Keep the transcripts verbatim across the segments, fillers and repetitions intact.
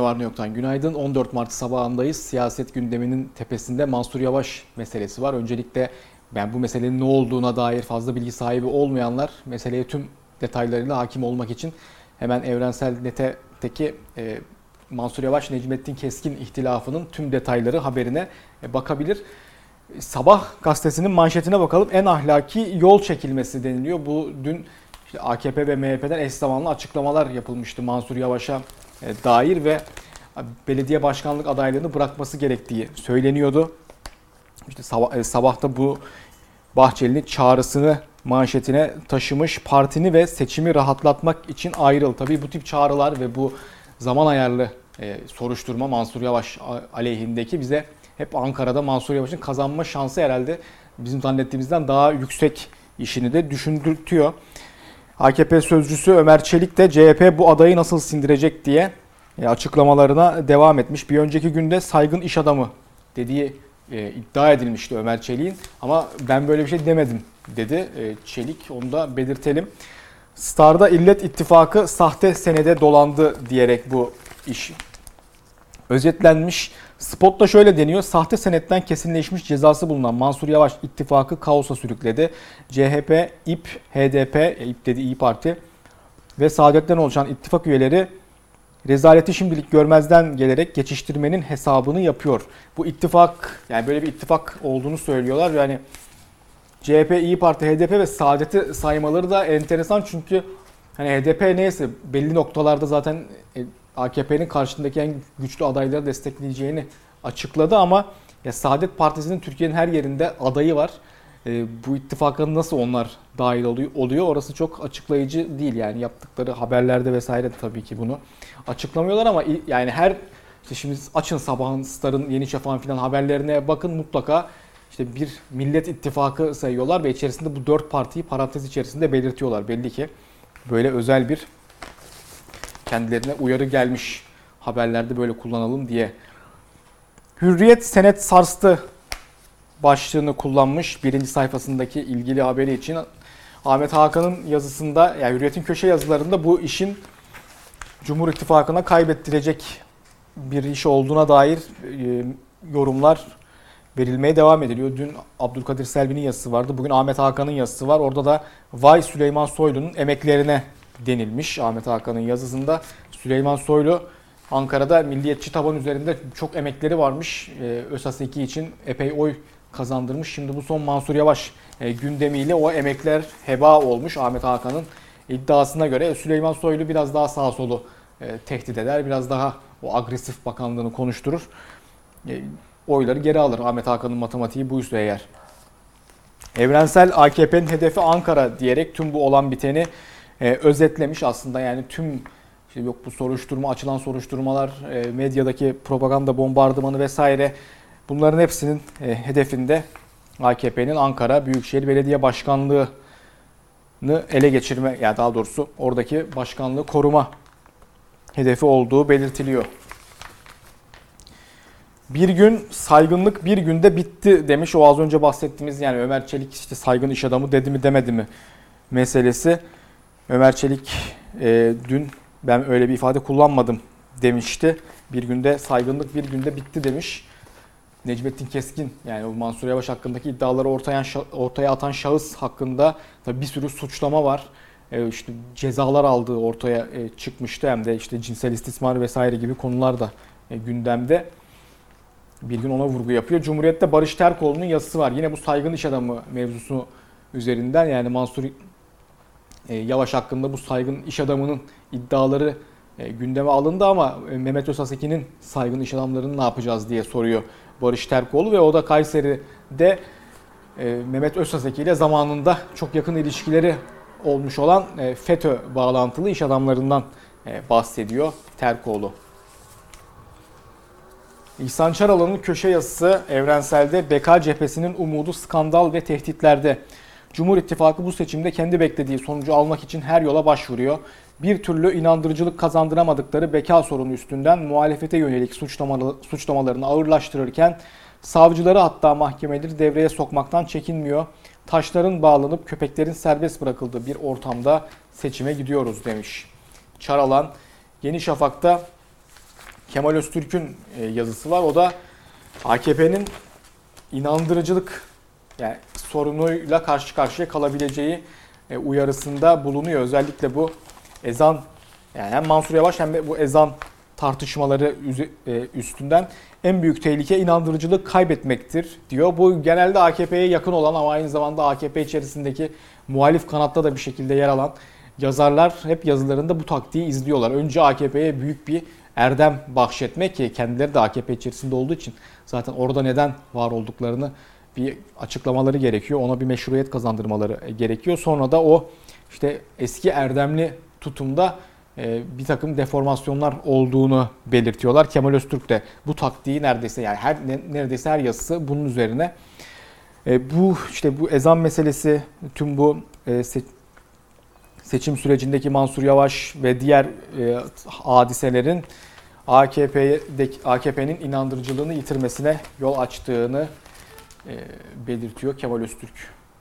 var ne yoktan günaydın. on dört Mart sabahındayız. Siyaset gündeminin tepesinde Mansur Yavaş meselesi var. Öncelikle ben bu meselenin ne olduğuna dair fazla bilgi sahibi olmayanlar meseleye tüm detaylarıyla hakim olmak için hemen Evrensel Net'teki e, Mansur Yavaş Necmettin Keskin ihtilafının tüm detayları haberine e, bakabilir. Sabah gazetesinin manşetine bakalım. En ahlaki yol çekilmesi deniliyor. Bu dün işte A K P ve M H P'den eş zamanlı açıklamalar yapılmıştı Mansur Yavaş'a dair ve belediye başkanlık adaylığını bırakması gerektiği söyleniyordu. İşte sabah, sabahta bu Bahçeli'nin çağrısını manşetine taşımış. Partini ve seçimi rahatlatmak için ayrıl. Tabii bu tip çağrılar ve bu zaman ayarlı e, soruşturma Mansur Yavaş aleyhindeki bize hep Ankara'da Mansur Yavaş'ın kazanma şansı herhalde bizim zannettiğimizden daha yüksek işini de düşündürtüyor. A K P sözcüsü Ömer Çelik de C H P bu adayı nasıl sindirecek diye açıklamalarına devam etmiş. Bir önceki günde saygın iş adamı dediği e, iddia edilmişti Ömer Çelik'in ama ben böyle bir şey demedim dedi e, Çelik. Onu da belirtelim. Star'da İllet İttifakı sahte senede dolandı diyerek bu iş özetlenmiş. Spot'ta şöyle deniyor. Sahte senetten kesinleşmiş cezası bulunan Mansur Yavaş ittifakı kaosa sürükledi. C H P, İP, H D P, İP dedi İyi Parti ve Saadet'ten oluşan ittifak üyeleri rezaleti şimdilik görmezden gelerek geçiştirmenin hesabını yapıyor. Bu ittifak, yani böyle bir ittifak olduğunu söylüyorlar. Yani C H P, İyi Parti, H D P ve Saadet'i saymaları da enteresan çünkü hani H D P neyse belli noktalarda zaten A K P'nin karşısındaki en güçlü adayları destekleyeceğini açıkladı ama ya Saadet Partisi'nin Türkiye'nin her yerinde adayı var. E, bu ittifaka nasıl onlar dahil oluyor orası çok açıklayıcı değil. Yani yaptıkları haberlerde vesaire de tabii ki bunu açıklamıyorlar ama yani her işte şimdi açın sabahın Star'ın Yeni Şafak'ın filan haberlerine bakın mutlaka işte bir Millet İttifakı sayıyorlar ve içerisinde bu dört partiyi parantez içerisinde belirtiyorlar. Belli ki böyle özel bir kendilerine uyarı gelmiş haberlerde böyle kullanalım diye. Hürriyet senet sarstı başlığını kullanmış birinci sayfasındaki ilgili haberi için. Ahmet Hakan'ın yazısında, yani Hürriyet'in köşe yazılarında bu işin Cumhur İttifakı'na kaybettirecek bir iş olduğuna dair e, yorumlar verilmeye devam ediliyor. Dün Abdülkadir Selvi'nin yazısı vardı. Bugün Ahmet Hakan'ın yazısı var. Orada da vay Süleyman Soylu'nun emeklerine denilmiş Ahmet Hakan'ın yazısında. Süleyman Soylu Ankara'da milliyetçi taban üzerinde çok emekleri varmış. Ee, ÖSAS-iki için epey oy kazandırmış. Şimdi bu son Mansur Yavaş e, gündemiyle o emekler heba olmuş Ahmet Hakan'ın iddiasına göre. Süleyman Soylu biraz daha sağ solu e, tehdit eder. Biraz daha o agresif bakanlığını konuşturur. E, oyları geri alır. Ahmet Hakan'ın matematiği buysa eğer. Evrensel A K P'nin hedefi Ankara diyerek tüm bu olan biteni e, özetlemiş aslında. Yani tüm işte yok bu soruşturma, açılan soruşturmalar, e, medyadaki propaganda bombardımanı vesaire bunların hepsinin e, hedefinde A K P'nin Ankara Büyükşehir Belediye Başkanlığı'nı ele geçirme, yani daha doğrusu oradaki başkanlığı koruma hedefi olduğu belirtiliyor. Bir gün saygınlık bir günde bitti demiş. O az önce bahsettiğimiz yani Ömer Çelik işte saygın iş adamı dedi mi demedi mi meselesi. Ömer Çelik e, dün ben öyle bir ifade kullanmadım demişti. Bir günde saygınlık bir günde bitti demiş. Necmettin Keskin yani o Mansur Yavaş hakkındaki iddiaları ortaya, ortaya atan şahıs hakkında tabii bir sürü suçlama var. E, işte cezalar aldığı ortaya e, çıkmıştı. Hem de işte cinsel istismar vesaire gibi konular da e, gündemde. Bir gün ona vurgu yapıyor. Cumhuriyet'te Barış Terkoğlu'nun yazısı var. Yine bu saygın iş adamı mevzusu üzerinden yani Mansur Yavaş hakkında bu saygın iş adamının iddiaları gündeme alındı ama Mehmet Özhaseki'nin saygın iş adamlarını ne yapacağız diye soruyor Barış Terkoğlu ve o da Kayseri'de Mehmet Özhaseki ile zamanında çok yakın ilişkileri olmuş olan FETÖ bağlantılı iş adamlarından bahsediyor Terkoğlu. İhsan Çaralan'ın köşe yazısı Evrensel'de B K cephesinin umudu skandal ve tehditlerde. Cumhur İttifakı bu seçimde kendi beklediği sonucu almak için her yola başvuruyor. Bir türlü inandırıcılık kazandıramadıkları beka sorunu üstünden muhalefete yönelik suçlamalarını ağırlaştırırken savcıları hatta mahkemeleri devreye sokmaktan çekinmiyor. Taşların bağlanıp köpeklerin serbest bırakıldığı bir ortamda seçime gidiyoruz demiş. Çaralan Yeni Şafak'ta Kemal Öztürk'ün yazısı var. O da A K P'nin inandırıcılık yani sorunuyla karşı karşıya kalabileceği uyarısında bulunuyor. Özellikle bu ezan yani hem Mansur Yavaş hem de bu ezan tartışmaları üstünden en büyük tehlike inandırıcılık kaybetmektir diyor. Bu genelde A K P'ye yakın olan ama aynı zamanda A K P içerisindeki muhalif kanatta da bir şekilde yer alan yazarlar hep yazılarında bu taktiği izliyorlar. Önce A K P'ye büyük bir erdem bahşetmek ki kendileri de A K P içerisinde olduğu için zaten orada neden var olduklarını bir açıklamaları gerekiyor. Ona bir meşruiyet kazandırmaları gerekiyor. Sonra da o işte eski erdemli tutumda bir takım deformasyonlar olduğunu belirtiyorlar. Kemal Öztürk de bu taktiği neredeyse yani her neredeyse her yazısı bunun üzerine. Bu işte bu ezan meselesi, tüm bu seçim sürecindeki Mansur Yavaş ve diğer hadiselerin A K P'deki A K P'nin inandırıcılığını yitirmesine yol açtığını belirtiyor Kemal Öztürk.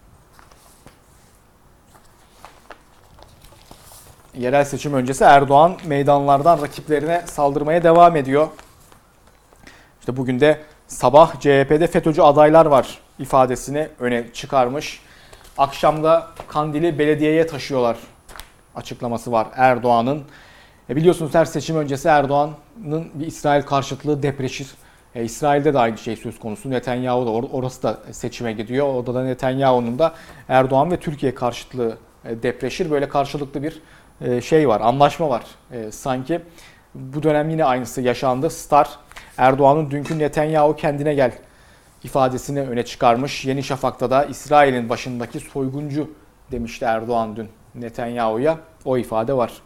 Yerel seçim öncesi Erdoğan meydanlardan rakiplerine saldırmaya devam ediyor. İşte bugün de sabah C H P'de FETÖ'cü adaylar var ifadesini öne çıkarmış. Akşamda Kandil'i belediyeye taşıyorlar açıklaması var Erdoğan'ın. E biliyorsunuz her seçim öncesi Erdoğan'ın bir İsrail karşıtlığı depreşir. E İsrail'de de aynı şey söz konusu. Netanyahu da or- orası da seçime gidiyor. Orada da Netanyahu'nun da Erdoğan ve Türkiye karşıtlığı e, depreşir. Böyle karşılıklı bir e, şey var, anlaşma var e, sanki. Bu dönem yine aynısı yaşandı. Star, Erdoğan'ın dünkü Netanyahu kendine gel ifadesini öne çıkarmış. Yeni Şafak'ta da İsrail'in başındaki soyguncu demişti Erdoğan dün Netanyahu'ya. O ifade var.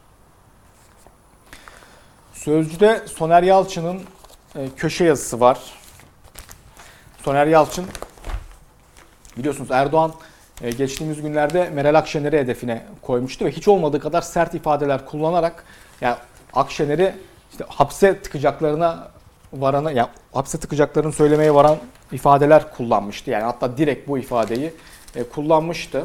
Sözcü'de Soner Yalçın'ın köşe yazısı var. Soner Yalçın, biliyorsunuz Erdoğan geçtiğimiz günlerde Meral Akşener'i hedefine koymuştu ve hiç olmadığı kadar sert ifadeler kullanarak yani Akşener'i işte hapse tıkacaklarına varana yani hapse tıkacaklarını söylemeye varan ifadeler kullanmıştı. Yani hatta direkt bu ifadeyi kullanmıştı.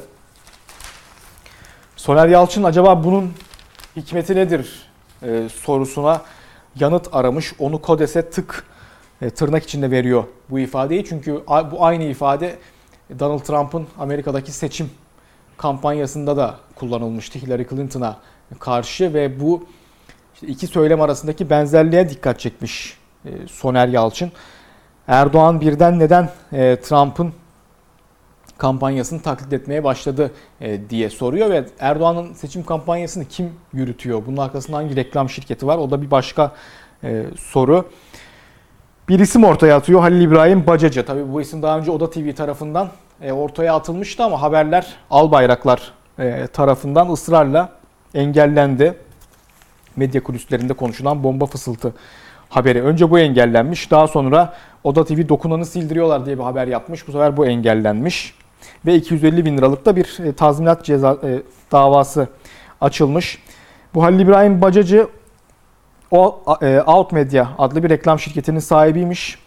Soner Yalçın acaba bunun hikmeti nedir e, sorusuna yanıt aramış. Onu Kodes'e tık e, tırnak içinde veriyor bu ifadeyi. Çünkü bu aynı ifade Donald Trump'ın Amerika'daki seçim kampanyasında da kullanılmıştı Hillary Clinton'a karşı ve bu işte iki söylem arasındaki benzerliğe dikkat çekmiş e, Soner Yalçın. Erdoğan birden neden e, Trump'ın kampanyasını taklit etmeye başladı e, diye soruyor ve Erdoğan'ın seçim kampanyasını kim yürütüyor? Bunun arkasında hangi reklam şirketi var? O da bir başka e, soru. Bir isim ortaya atıyor. Halil İbrahim Bacacı. Tabii bu isim daha önce Oda T V tarafından e, ortaya atılmıştı ama haberler Albayraklar e, tarafından ısrarla engellendi. Medya kulislerinde konuşulan bomba fısıltı haberi. Önce bu engellenmiş. Daha sonra Oda T V dokunanı sildiriyorlar diye bir haber yapmış. Bu sefer bu engellenmiş. Ve iki yüz elli bin liralık da bir tazminat ceza e, davası açılmış. Bu Halil İbrahim Bacacı o e, Out Media adlı bir reklam şirketinin sahibiymiş.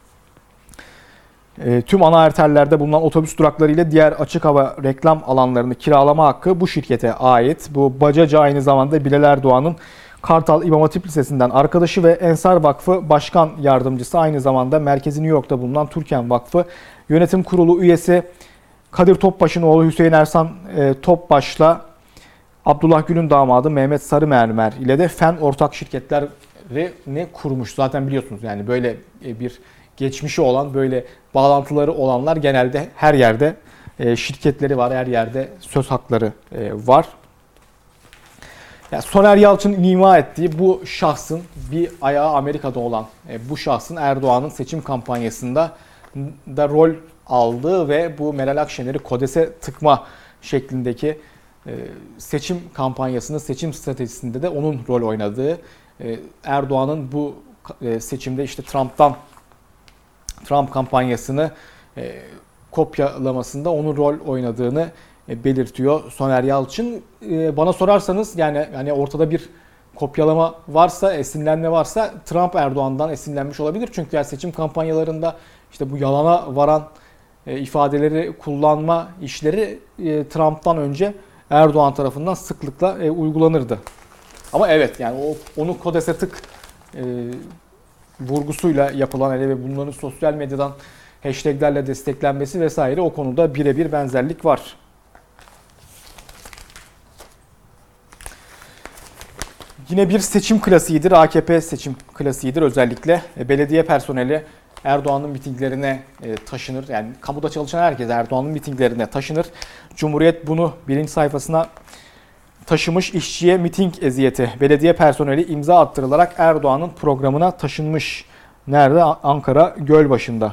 E, tüm ana arterlerde bulunan otobüs durakları ile diğer açık hava reklam alanlarını kiralama hakkı bu şirkete ait. Bu Bacacı aynı zamanda Bilal Erdoğan'ın Kartal İmam Hatip Lisesi'nden arkadaşı ve Ensar Vakfı Başkan Yardımcısı, aynı zamanda merkezi New York'ta bulunan Türken Vakfı Yönetim Kurulu üyesi Kadir Topbaş'ın oğlu Hüseyin Ersan e, Topbaş'la Abdullah Gül'ün damadı Mehmet Sarımermer ile de Fen ortak şirketlerini kurmuş. Zaten biliyorsunuz yani böyle bir geçmişi olan, böyle bağlantıları olanlar genelde her yerde e, şirketleri var, her yerde söz hakları e, var. Yani Soner Yalçın'ın ima ettiği bu şahsın bir ayağı Amerika'da olan e, bu şahsın Erdoğan'ın seçim kampanyasında da rol aldığı ve bu Meral Akşener'i Kodes'e tıkma şeklindeki e, seçim kampanyasının seçim stratejisinde de onun rol oynadığı, e, Erdoğan'ın bu e, seçimde işte Trump'tan Trump kampanyasını e, kopyalamasında onun rol oynadığını belirtiyor Soner Yalçın. Bana sorarsanız yani yani ortada bir kopyalama varsa, esinlenme varsa Trump Erdoğan'dan esinlenmiş olabilir. Çünkü yani seçim kampanyalarında işte bu yalana varan ifadeleri kullanma işleri Trump'tan önce Erdoğan tarafından sıklıkla uygulanırdı. Ama evet yani o onu Kodes'e tık vurgusuyla yapılan hele ve bunların sosyal medyadan hashtaglerle desteklenmesi vesaire o konuda birebir benzerlik var. Yine bir seçim klasiğidir. A K P seçim klasiğidir özellikle. Belediye personeli Erdoğan'ın mitinglerine taşınır. Yani kamuda çalışan herkes Erdoğan'ın mitinglerine taşınır. Cumhuriyet bunu birinci sayfasına taşımış. İşçiye miting eziyeti. Belediye personeli imza attırılarak Erdoğan'ın programına taşınmış. Nerede? Ankara Gölbaşı'nda.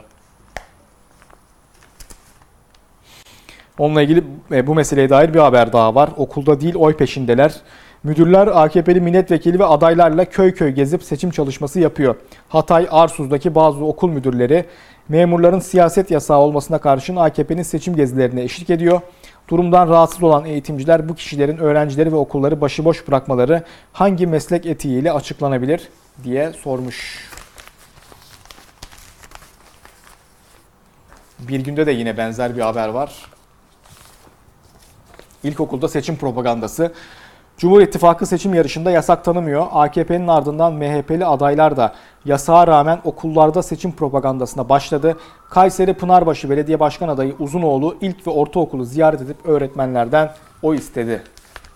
Onunla ilgili bu meseleye dair bir haber daha var. Okulda değil oy peşindeler. Müdürler A K P'li milletvekili ve adaylarla köy köy gezip seçim çalışması yapıyor. Hatay, Arsuz'daki bazı okul müdürleri memurların siyaset yasağı olmasına karşın A K P'nin seçim gezilerine eşlik ediyor. Durumdan rahatsız olan eğitimciler bu kişilerin öğrencileri ve okulları başıboş bırakmaları hangi meslek etiğiyle açıklanabilir diye sormuş. Bir günde de yine benzer bir haber var. İlkokulda seçim propagandası. Cumhur İttifakı seçim yarışında yasak tanımıyor. A K P'nin ardından M H P'li adaylar da yasağa rağmen okullarda seçim propagandasına başladı. Kayseri Pınarbaşı Belediye Başkan adayı Uzunoğlu ilk ve ortaokulu ziyaret edip öğretmenlerden oy istedi.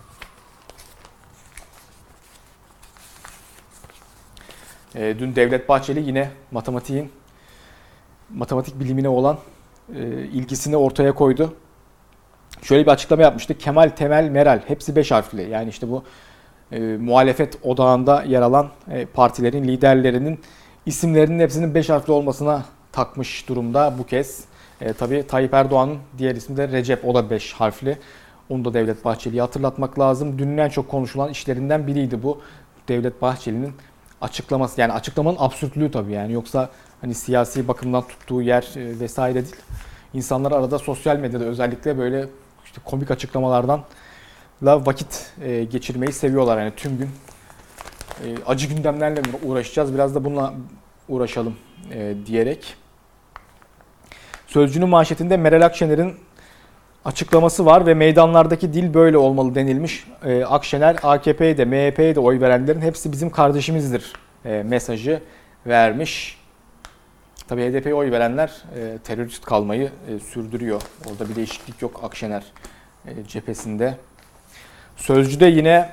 E, dün Devlet Bahçeli yine matematiğin, matematik bilimine olan e, ilgisini ortaya koydu. Şöyle bir açıklama yapmıştı. Kemal, Temel, Meral hepsi beş harfli. Yani işte bu e, muhalefet odağında yer alan e, partilerin liderlerinin isimlerinin hepsinin beş harfli olmasına takmış durumda bu kez. E, tabii Tayyip Erdoğan'ın diğer ismi de Recep, o da beş harfli. Onu da Devlet Bahçeli'ye hatırlatmak lazım. Dünün en çok konuşulan işlerinden biriydi bu. Devlet Bahçeli'nin açıklaması. Yani açıklamanın absürtlüğü tabii yani. Yoksa hani siyasi bakımdan tuttuğu yer e, vesaire değil. İnsanlar arada sosyal medyada özellikle böyle işte komik açıklamalardan la vakit e, geçirmeyi seviyorlar. Yani tüm gün e, acı gündemlerle uğraşacağız. Biraz da bununla uğraşalım e, diyerek. Sözcü'nün manşetinde Meral Akşener'in açıklaması var ve meydanlardaki dil böyle olmalı denilmiş. E, Akşener A K P'ye de M H P'ye de oy verenlerin hepsi bizim kardeşimizdir e, mesajı vermiş. Tabii H D P'ye oy verenler e, terörist kalmayı e, sürdürüyor. Orada bir değişiklik yok Akşener e, cephesinde. Sözcü'de yine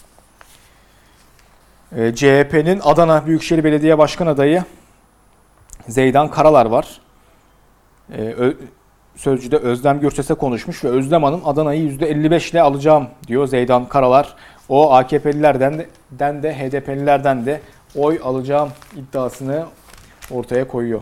e, C H P'nin Adana Büyükşehir Belediye Başkan adayı Zeydan Karalar var. E, Ö, Sözcü'de Özlem Gürses'e konuşmuş ve Özlem Hanım Adana'yı yüzde elli beş ile alacağım diyor Zeydan Karalar. O A K P'lilerden de, den de H D P'lilerden de oy alacağım iddiasını ortaya koyuyor.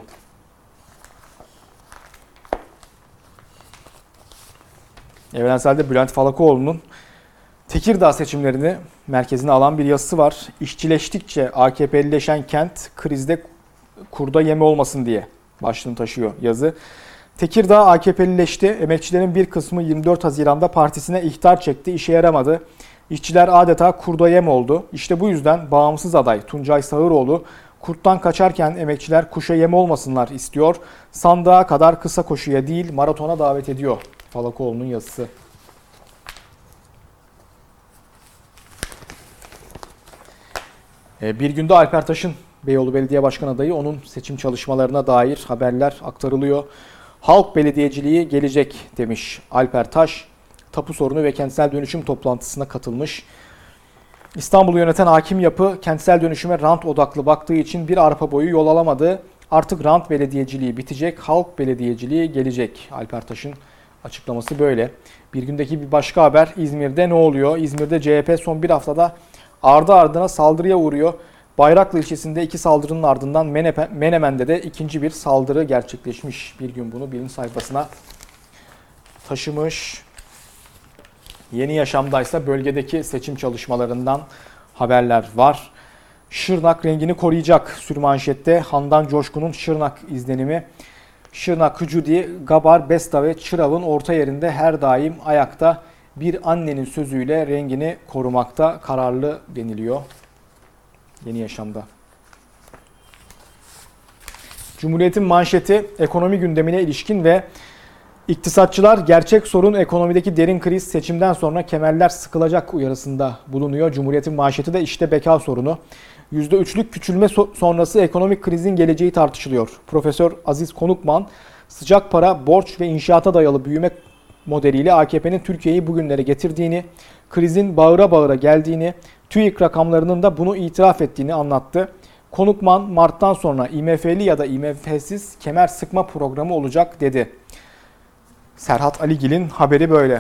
Evrensel'de Bülent Falakoğlu'nun Tekirdağ seçimlerini merkezine alan bir yazısı var. İşçileştikçe A K P'lileşen kent krizde kurda yeme olmasın diye başlığını taşıyor yazı. Tekirdağ A K P'lileşti. Emekçilerin bir kısmı yirmi dört Haziran'da partisine ihtar çekti. İşe yaramadı. İşçiler adeta kurda yem oldu. İşte bu yüzden bağımsız aday Tuncay Sağıroğlu kurttan kaçarken emekçiler kuşa yem olmasınlar istiyor. Sandığa kadar kısa koşuya değil maratona davet ediyor. Falakoğlu'nun yazısı. Bir günde Alper Taş'ın Beyoğlu Belediye Başkan adayı, onun seçim çalışmalarına dair haberler aktarılıyor. Halk belediyeciliği gelecek demiş Alper Taş. Tapu sorunu ve kentsel dönüşüm toplantısına katılmış. İstanbul'u yöneten hakim yapı kentsel dönüşüme rant odaklı baktığı için bir arpa boyu yol alamadı. Artık rant belediyeciliği bitecek, halk belediyeciliği gelecek. Alper Taş'ın açıklaması böyle. Bir gündeki bir başka haber, İzmir'de ne oluyor? İzmir'de C H P son bir haftada ardı ardına saldırıya uğruyor. Bayraklı ilçesinde iki saldırının ardından Menemen'de de ikinci bir saldırı gerçekleşmiş. Bir gün bunu birinci sayfasına taşımış. Yeni Yaşam'daysa bölgedeki seçim çalışmalarından haberler var. Şırnak rengini koruyacak sürmanşette Handan Coşkun'un Şırnak izlenimi. Şırnak Hücudi, Gabar, Besta ve Çırav'ın orta yerinde her daim ayakta, bir annenin sözüyle rengini korumakta kararlı deniliyor Yeni Yaşam'da. Cumhuriyet'in manşeti ekonomi gündemine ilişkin ve İktisatçılar gerçek sorun ekonomideki derin kriz, seçimden sonra kemerler sıkılacak uyarısında bulunuyor. Cumhuriyet'in manşeti de işte beka sorunu. yüzde üçlük küçülme sonrası ekonomik krizin geleceği tartışılıyor. Profesör Aziz Konukman, sıcak para, borç ve inşaata dayalı büyüme modeliyle A K P'nin Türkiye'yi bugünlere getirdiğini, krizin bağıra bağıra geldiğini, TÜİK rakamlarının da bunu itiraf ettiğini anlattı. Konukman, Mart'tan sonra I M F'li ya da I M F'siz kemer sıkma programı olacak dedi. Serhat Aligil'in haberi böyle.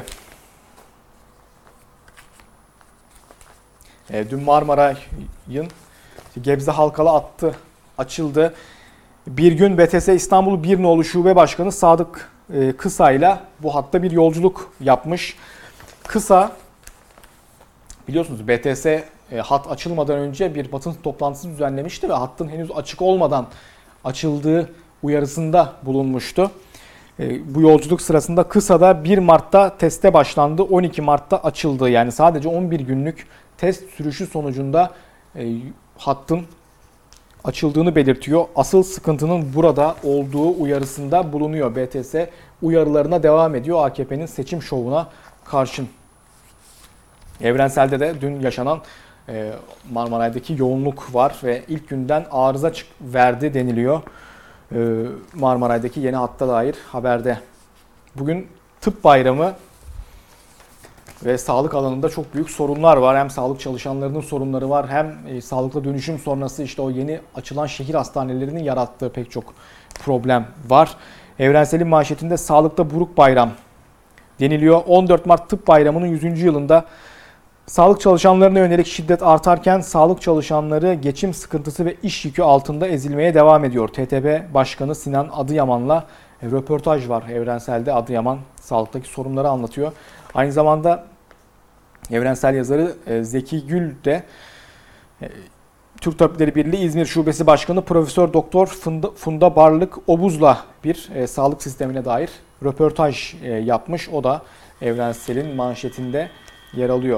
E, dün Marmaray'ın Gebze Halkalı hattı açıldı. Bir gün B T S İstanbul bir Nolu Şube Başkanı Sadık e, Kısa ile bu hatta bir yolculuk yapmış. Kısa, biliyorsunuz B T S e, hat açılmadan önce bir basın toplantısı düzenlemişti ve hattın henüz açık olmadan açıldığı uyarısında bulunmuştu. E, bu yolculuk sırasında Kısa'da bir Mart'ta teste başlandı, on iki Mart'ta açıldı. Yani sadece on bir günlük test sürüşü sonucunda e, hattın açıldığını belirtiyor. Asıl sıkıntının burada olduğu uyarısında bulunuyor. B T S uyarılarına devam ediyor A K P'nin seçim şovuna karşın. Evrensel'de de dün yaşanan e, Marmaray'daki yoğunluk var ve ilk günden arıza verdi deniliyor. E, Marmaray'daki yeni hatta dair haberde. Bugün tıp bayramı ve sağlık alanında çok büyük sorunlar var. Hem sağlık çalışanlarının sorunları var, hem e, sağlıklı dönüşüm sonrası işte o yeni açılan şehir hastanelerinin yarattığı pek çok problem var. Evrensel'in manşetinde sağlıkta buruk bayram deniliyor. on dört Mart Tıp Bayramı'nın yüzüncü yılında sağlık çalışanlarına yönelik şiddet artarken sağlık çalışanları geçim sıkıntısı ve iş yükü altında ezilmeye devam ediyor. T T B Başkanı Sinan Adıyaman'la e, röportaj var Evrensel'de. Adıyaman sağlıktaki sorunları anlatıyor. Aynı zamanda Evrensel yazarı Zeki Gül de Türk Tabipleri Birliği İzmir Şubesi Başkanı Profesör Doktor Funda, Funda Barlık Obuz'la bir e, sağlık sistemine dair röportaj e, yapmış. O da Evrensel'in manşetinde yer alıyor.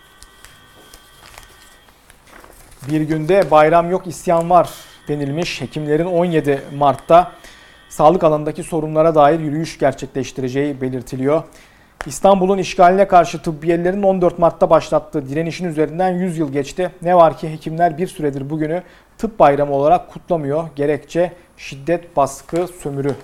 Bir günde bayram yok isyan var denilmiş. Hekimlerin on yedi Mart'ta sağlık alanındaki sorunlara dair yürüyüş gerçekleştireceği belirtiliyor. İstanbul'un işgaline karşı tıbbiyelerin on dört Mart'ta başlattığı direnişin üzerinden yüz yıl geçti. Ne var ki hekimler bir süredir bugünü tıp bayramı olarak kutlamıyor. Gerekçe şiddet, baskı, sömürü.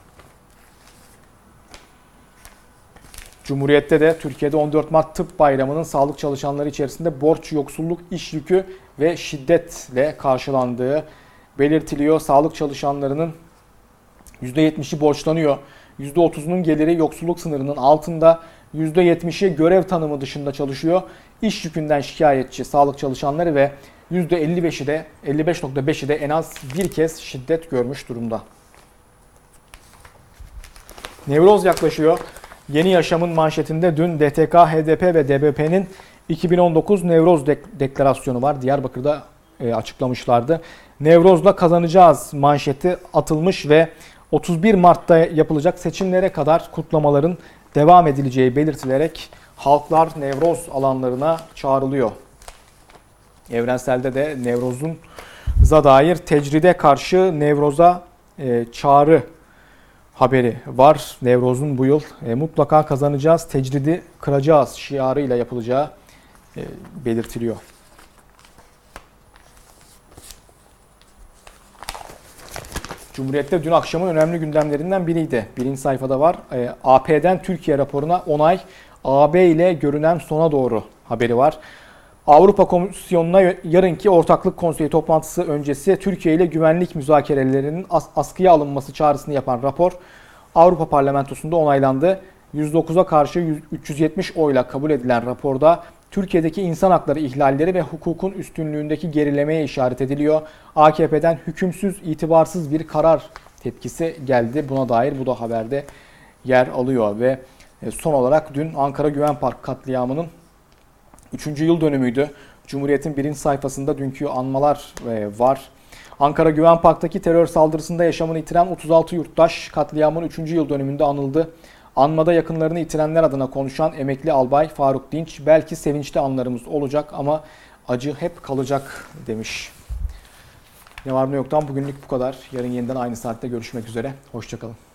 Cumhuriyet'te de Türkiye'de on dört Mart Tıp Bayramı'nın sağlık çalışanları içerisinde borç, yoksulluk, iş yükü ve şiddetle karşılandığı belirtiliyor. Sağlık çalışanlarının yüzde yetmişi borçlanıyor. yüzde otuzunun geliri yoksulluk sınırının altında, yüzde yetmişi görev tanımı dışında çalışıyor. İş yükünden şikayetçi sağlık çalışanları ve yüzde elli beşi de elli beş nokta beşi de en az bir kez şiddet görmüş durumda. Nevroz yaklaşıyor. Yeni Yaşam'ın manşetinde dün D T K, H D P ve D B P'nin iki bin on dokuz Nevroz deklarasyonu var. Diyarbakır'da açıklamışlardı. Nevroz'la kazanacağız manşeti atılmış ve otuz bir Mart'ta yapılacak seçimlere kadar kutlamaların devam edileceği belirtilerek halklar Nevroz alanlarına çağrılıyor. Evrensel'de de Nevroz'un dair tecride karşı Nevroz'a e, çağrı haberi var. Nevroz'un bu yıl e, mutlaka kazanacağız, tecridi kıracağız şiarıyla yapılacağı e, belirtiliyor. Cumhuriyet'te dün akşamın önemli gündemlerinden biriydi. Birinci sayfada var. E, A P'den Türkiye raporuna onay, A B ile görünen sona doğru haberi var. Avrupa Komisyonu'na yarınki Ortaklık Konseyi toplantısı öncesi Türkiye ile güvenlik müzakerelerinin as- askıya alınması çağrısını yapan rapor Avrupa Parlamentosu'nda onaylandı. yüz dokuza karşı üç yüz yetmiş oyla kabul edilen raporda Türkiye'deki insan hakları ihlalleri ve hukukun üstünlüğündeki gerilemeye işaret ediliyor. A K P'den hükümsüz, itibarsız bir karar tepkisi geldi. Buna dair bu da haberde yer alıyor ve son olarak dün Ankara Güven Park katliamının üçüncü yıl dönümüydü. Cumhuriyet'in birinci sayfasında dünkü anmalar var. Ankara Güven Park'taki terör saldırısında yaşamını yitiren otuz altı yurttaş katliamın üçüncü yıl dönümünde anıldı. Anmada yakınlarını yitirenler adına konuşan emekli albay Faruk Dinç, belki sevinçli anlarımız olacak ama acı hep kalacak demiş. Ne var ne yoktan bugünlük bu kadar. Yarın yeniden aynı saatte görüşmek üzere. Hoşça kalın.